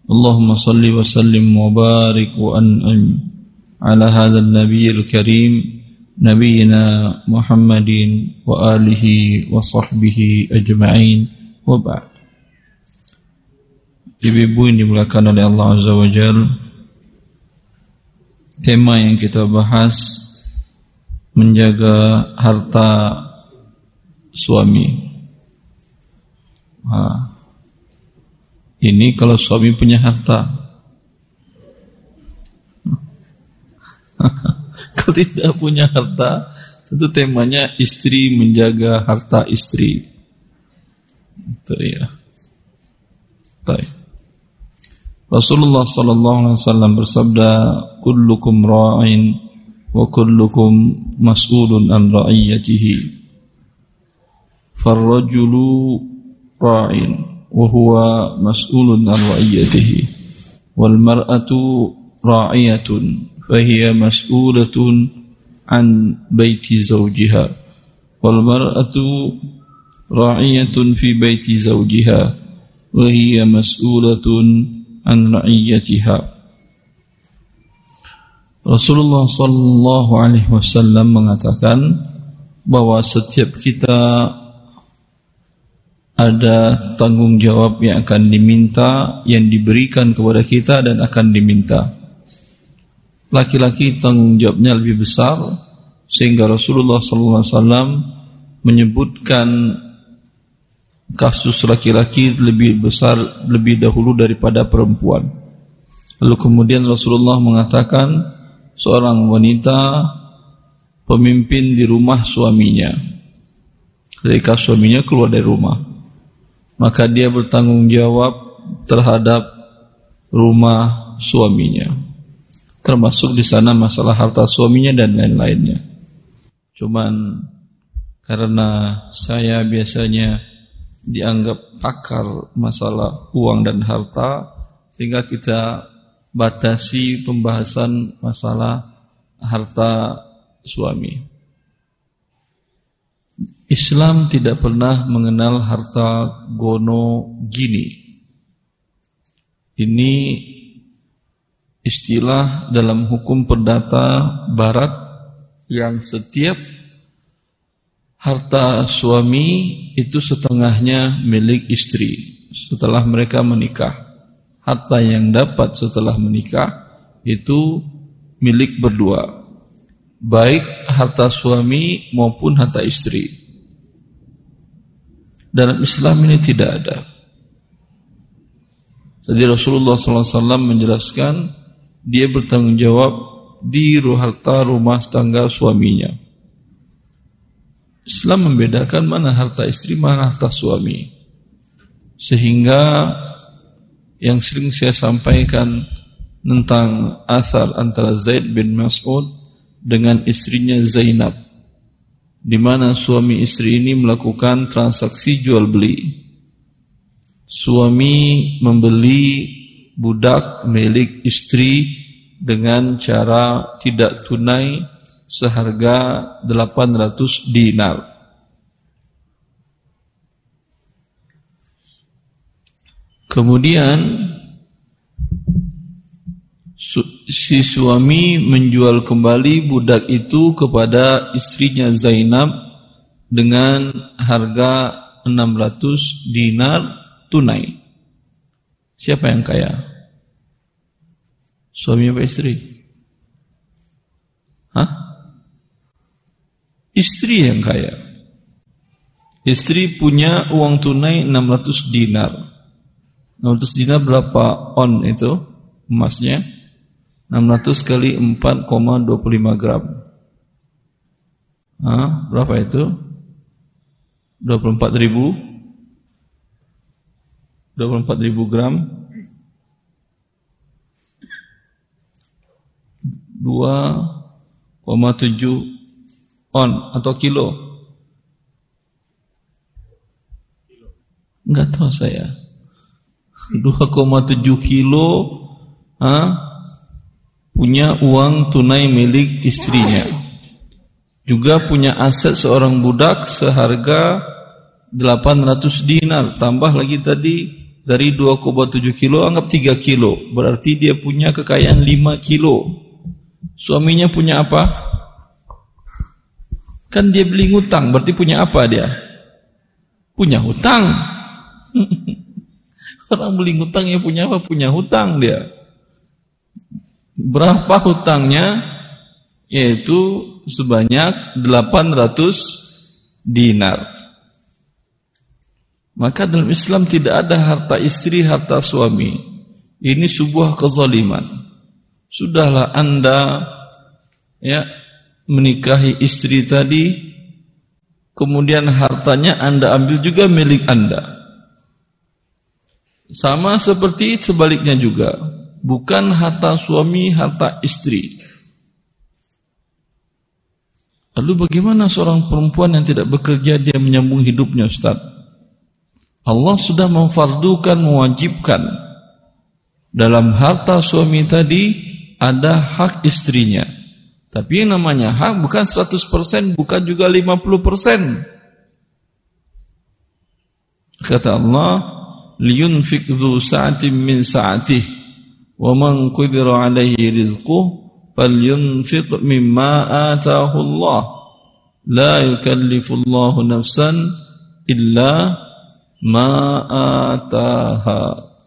اللهم صل وسلم وبارك وأنعم على هذا النبي الكريم نبينا محمد وآله وصحبه أجمعين وبعد. Ibu-ibu yang dimuliakan oleh Allah Azza wa Jalla, tema yang kita bahas menjaga harta suami. Ini kalau suami punya harta. Kalau tidak punya harta, tentu temanya istri menjaga harta istri. Itu ya. Baik. Rasulullah sallallahu alaihi wasallam bersabda, "Kullukum ra'in wa kullukum mas'ulun an ra'iyatihi. Farrajulu ra'in wa huwa mas'ulun an ra'iyatihi wal mar'atu ra'iyatun fahiya mas'ulatun an baiti zawjiha wal mar'atu ra'iyatun fi baiti zawjiha wa hiya mas'ulatun an ra'iyatiha." Rasulullah sallallahu alaihi wasallam mengatakan bahwa setiap kita ada tanggung jawab yang akan diminta, yang diberikan kepada kita dan akan diminta. Laki-laki tanggung jawabnya lebih besar, sehingga Rasulullah sallallahu alaihi wasallam menyebutkan kasus laki-laki lebih besar lebih dahulu daripada perempuan. Lalu kemudian Rasulullah mengatakan seorang wanita pemimpin di rumah suaminya. Ketika suaminya keluar dari rumah, maka dia bertanggung jawab terhadap rumah suaminya. Termasuk di sana masalah harta suaminya dan lain-lainnya. Cuman karena saya biasanya dianggap pakar masalah uang dan harta, sehingga kita batasi pembahasan masalah harta suami. Islam tidak pernah mengenal harta gono gini. Ini istilah dalam hukum perdata barat yang setiap harta suami itu setengahnya milik istri setelah mereka menikah. Harta yang dapat setelah menikah itu milik berdua, baik harta suami maupun harta istri. Dalam Islam ini tidak ada. Jadi Rasulullah SAW menjelaskan dia bertanggung jawab di harta rumah tangga suaminya. Islam membedakan mana harta istri, mana harta suami. Sehingga yang sering saya sampaikan tentang asar antara Zaid bin Mas'ud dengan istrinya Zainab, di mana suami istri ini melakukan transaksi jual beli. Suami membeli budak milik istri dengan cara tidak tunai seharga 800 dinar. Kemudian si suami menjual kembali budak itu kepada istrinya Zainab dengan harga 600 dinar tunai. Siapa yang kaya? Suami apa istri? Istri yang kaya. Istri punya uang tunai 600 dinar. 600 dinar berapa on itu emasnya? 600 kali 4,25 gram. Berapa itu? 24.000 gram. 2,7 on atau kilo? Enggak tahu saya. 2,7 kilo punya uang tunai milik istrinya. Juga punya aset seorang budak seharga 800 dinar. Tambah lagi tadi Dari 2,7 kilo anggap 3 kilo. Berarti dia punya kekayaan 5 kilo. Suaminya punya apa? Kan dia beli ngutang, berarti punya apa dia? Punya hutang. Orang beli ngutang ya punya apa? Punya hutang dia. Berapa hutangnya? Yaitu sebanyak 800 dinar. Maka dalam Islam tidak ada harta istri, harta suami. Ini sebuah kezaliman. Sudahlah Anda menikahi istri tadi, kemudian hartanya Anda ambil juga milik Anda. Sama seperti sebaliknya juga. Bukan harta suami, harta istri. Lalu bagaimana seorang perempuan yang tidak bekerja dia menyambung hidupnya, Ustaz? Allah sudah memfardukan, mewajibkan dalam harta suami tadi ada hak istrinya. Tapi yang namanya hak bukan 100%, bukan juga 50%. Kata Allah, liyunfik dzu sa'atin min sa'atih wa man qudira 'alaihi rizquhu falyunfiq mimma ataahu Allah. La yukallifullahu nafsan illa ma ataha.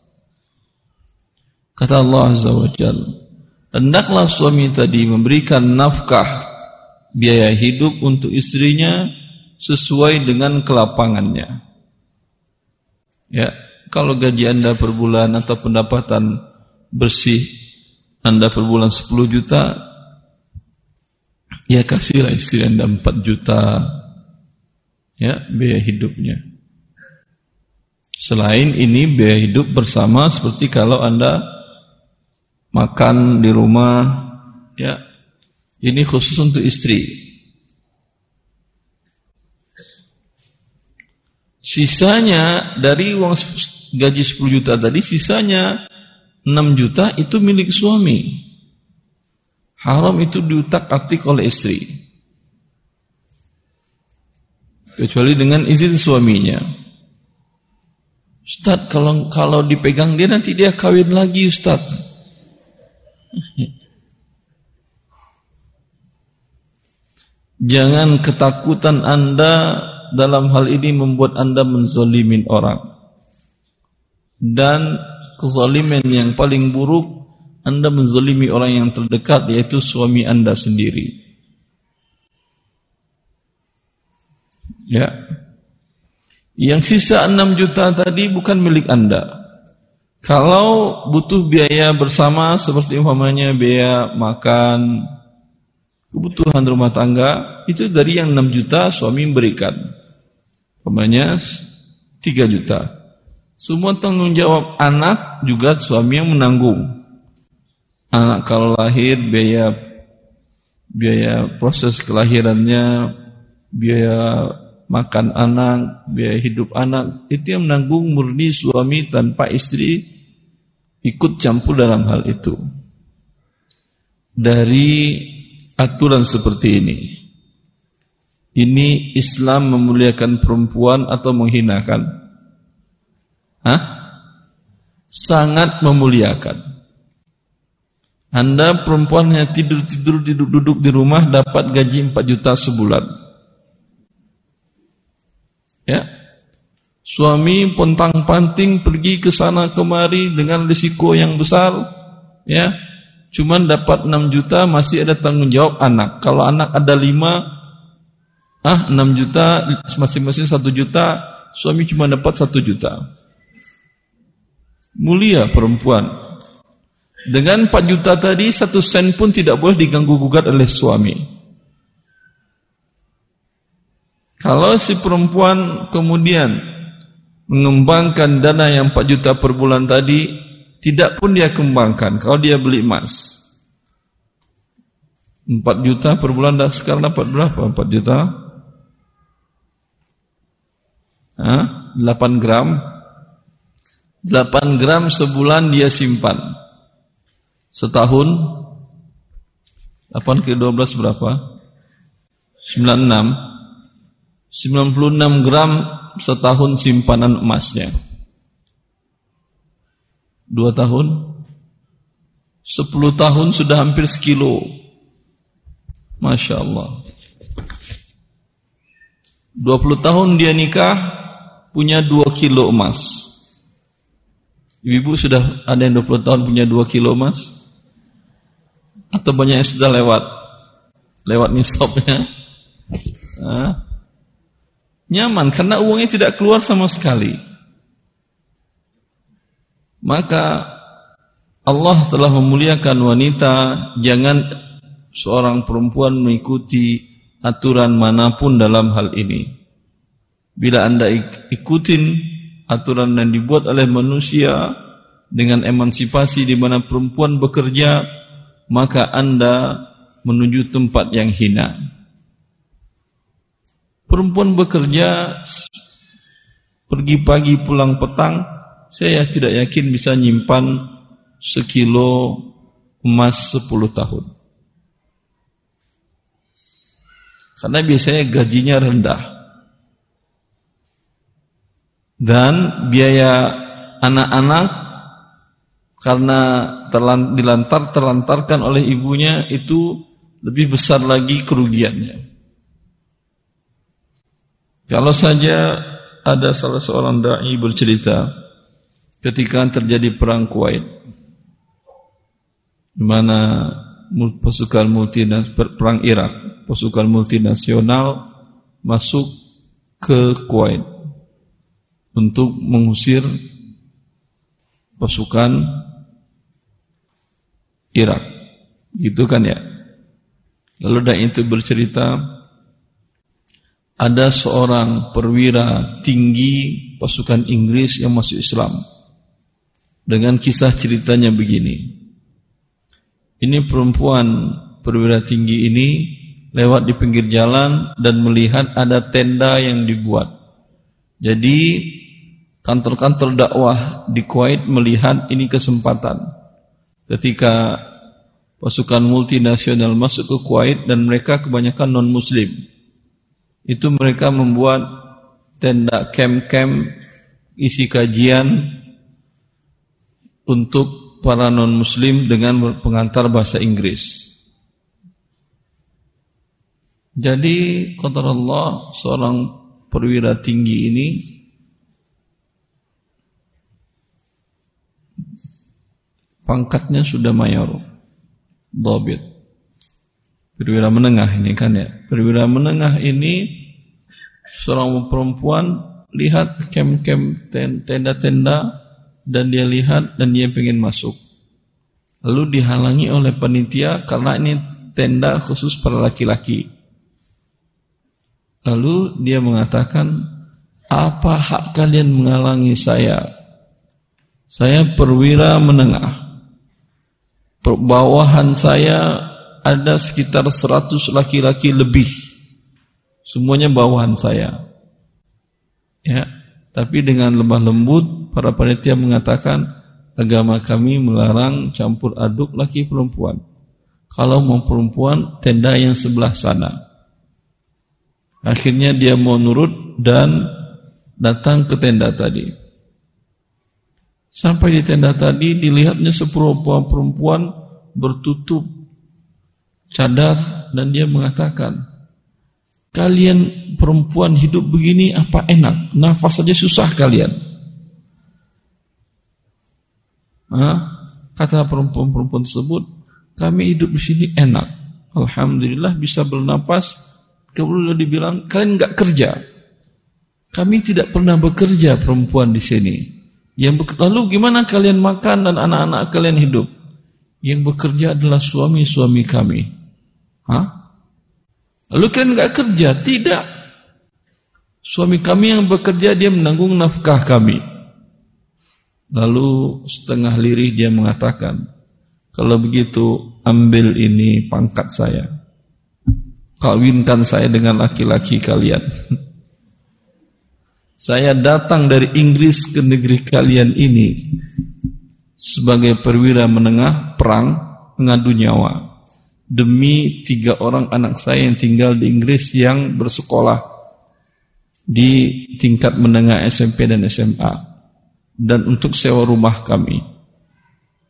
Kata Allah Azza wa Jalla, hendaklah suami tadi memberikan nafkah, biaya hidup untuk istrinya sesuai dengan kelapangannya. Ya, kalau gaji Anda per bulan atau pendapatan bersih Anda per bulan 10 juta, ya kasihlah istri Anda 4 juta, ya, biaya hidupnya. Selain ini biaya hidup bersama seperti kalau Anda makan di rumah, ya, ini khusus untuk istri. Sisanya dari uang gaji 10 juta tadi, sisanya 6 juta itu milik suami. Haram itu diutak-atik oleh istri. Kecuali dengan izin suaminya. Ustaz, kalau dipegang dia nanti dia kawin lagi, Ustaz. Jangan ketakutan Anda dalam hal ini membuat Anda menzalimin orang. Dan kezaliman yang paling buruk, Anda menzalimi orang yang terdekat, yaitu suami Anda sendiri. Ya. Yang sisa 6 juta tadi bukan milik Anda. Kalau butuh biaya bersama seperti umpamanya biaya makan, kebutuhan rumah tangga, itu dari yang 6 juta suami memberikan. Umpamanya 3 juta. Semua tanggung jawab anak juga suami yang menanggung. Anak kalau lahir biaya proses kelahirannya, biaya makan anak, biaya hidup anak, itu yang menanggung murni suami tanpa istri ikut campur dalam hal itu. Dari aturan seperti ini Islam memuliakan perempuan atau menghinakan? Sangat memuliakan. Anda perempuan yang tidur-tidur, duduk-duduk di rumah dapat gaji 4 juta sebulan. Ya. Suami pontang-panting pergi ke sana kemari dengan risiko yang besar, ya. Cuman dapat 6 juta, masih ada tanggung jawab anak. Kalau anak ada 5, 6 juta, masing-masing 1 juta, suami cuma dapat 1 juta. Mulia perempuan. Dengan 4 juta tadi, 1 sen pun tidak boleh diganggu-gugat oleh suami. Kalau si perempuan kemudian mengembangkan dana yang 4 juta per bulan tadi, tidak pun dia kembangkan. Kalau dia beli emas 4 juta per bulan, sekarang dapat berapa 4 juta? 8 gram 8 gram sebulan dia simpan. Setahun 8 ke 12 berapa? 96 gram setahun simpanan emasnya. 2 tahun? 10 tahun sudah hampir sekilo. Masya Allah. 20 tahun dia nikah, punya 2 kilo emas. Ibu sudah ada yang 20 tahun punya 2 kilo emas? Atau banyak yang sudah lewat nisabnya? Nyaman karena uangnya tidak keluar sama sekali. Maka Allah telah memuliakan wanita. Jangan seorang perempuan mengikuti aturan manapun dalam hal ini. Bila Anda ikutin aturan yang dibuat oleh manusia dengan emansipasi di mana perempuan bekerja, maka Anda menuju tempat yang hina. Perempuan bekerja, pergi pagi pulang petang, saya tidak yakin bisa nyimpan sekilo emas 10 tahun. Karena biasanya gajinya rendah. Dan biaya anak-anak karena terlantarkan oleh ibunya itu lebih besar lagi kerugiannya. Kalau saja ada salah seorang da'i bercerita ketika terjadi perang Kuwait, di mana pasukan perang Irak, pasukan multinasional masuk ke Kuwait untuk mengusir pasukan Irak, gitu kan ya. Lalu da'i itu bercerita, ada seorang perwira tinggi pasukan Inggris yang masuk Islam. Dengan kisah ceritanya begini. Ini perempuan perwira tinggi ini lewat di pinggir jalan dan melihat ada tenda yang dibuat. Jadi kantor-kantor dakwah di Kuwait melihat ini kesempatan. Ketika pasukan multinasional masuk ke Kuwait dan mereka kebanyakan non-muslim, itu mereka membuat tenda camp-camp isi kajian untuk para non-muslim dengan pengantar bahasa Inggris. Jadi kata Allah, seorang perwira tinggi ini pangkatnya sudah mayor, dhabit. Perwira menengah ini kan ya. Perwira menengah ini seorang perempuan lihat camp-camp tenda-tenda dan dia lihat dan dia pengen masuk. Lalu dihalangi oleh panitia karena ini tenda khusus para laki-laki. Lalu dia mengatakan, apa hak kalian menghalangi saya? Saya perwira menengah. Bawahan saya ada sekitar 100 laki-laki lebih. Semuanya bawahan saya. Ya, tapi dengan lemah lembut para panitia mengatakan agama kami melarang campur aduk laki perempuan. Kalau mau perempuan, tenda yang sebelah sana. Akhirnya dia mau nurut dan datang ke tenda tadi. Sampai di tenda tadi dilihatnya seperempuan bertutup cadar dan dia mengatakan, kalian perempuan hidup begini apa enak? Nafas saja susah kalian. Kata perempuan tersebut, kami hidup di sini enak. Alhamdulillah bisa bernapas. Kemudian dibilang, kalian enggak kerja. Kami tidak pernah bekerja perempuan di sini. Lalu gimana kalian makan dan anak-anak kalian hidup? Yang bekerja adalah suami-suami kami. Lalu kalian enggak kerja? Tidak. Suami kami yang bekerja, dia menanggung nafkah kami. Lalu setengah lirih dia mengatakan, kalau begitu ambil ini pangkat saya. Kawinkan saya dengan laki-laki kalian. Saya datang dari Inggris ke negeri kalian ini sebagai perwira menengah perang mengadu nyawa demi 3 orang anak saya yang tinggal di Inggris yang bersekolah di tingkat menengah SMP dan SMA, dan untuk sewa rumah kami.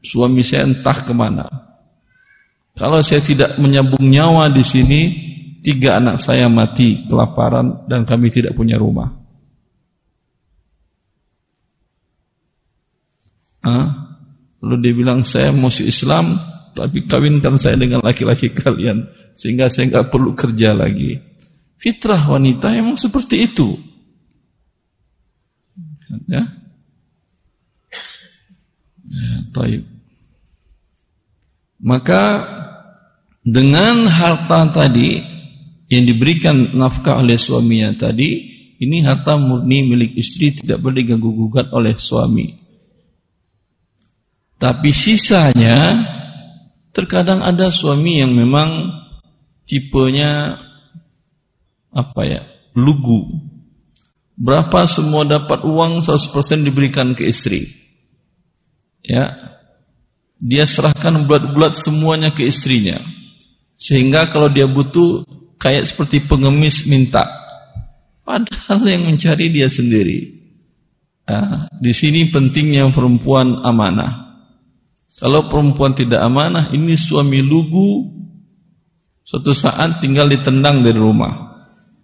suami saya entah kemana. Kalau saya tidak menyambung nyawa di sini, 3 anak saya mati kelaparan dan kami tidak punya rumah. Lalu dia bilang, saya masuk Islam, tapi kawinkan saya dengan laki-laki kalian, sehingga saya nggak perlu kerja lagi. Fitrah wanita emang seperti itu. Ya, taib. Maka dengan harta tadi yang diberikan nafkah oleh suaminya tadi, ini harta murni milik istri, tidak boleh diganggu-gugat oleh suami. Tapi sisanya, terkadang ada suami yang memang tipenya lugu. Berapa semua dapat uang 100% diberikan ke istri. Ya, dia serahkan bulat-bulat semuanya ke istrinya. Sehingga kalau dia butuh, kayak seperti pengemis minta. Padahal yang mencari dia sendiri. Di sini pentingnya perempuan amanah. Kalau perempuan tidak amanah, ini suami lugu, suatu saat tinggal ditendang dari rumah.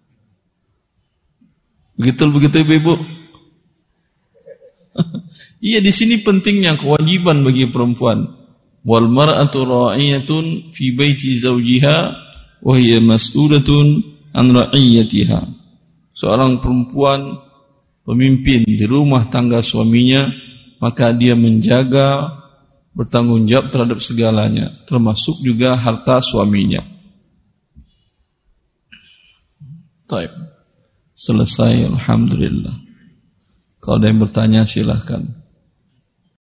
Begitu Ibu? Iya, di sini pentingnya kewajiban bagi perempuan. Wal mar'atu ra'iyatun fi baiti zawjiha wa hiya mas'ulatun an ra'iyatiha. Seorang perempuan pemimpin di rumah tangga suaminya, maka dia menjaga, bertanggung jawab terhadap segalanya, termasuk juga harta suaminya. Baik. Selesai, alhamdulillah. Kalau ada yang bertanya silahkan.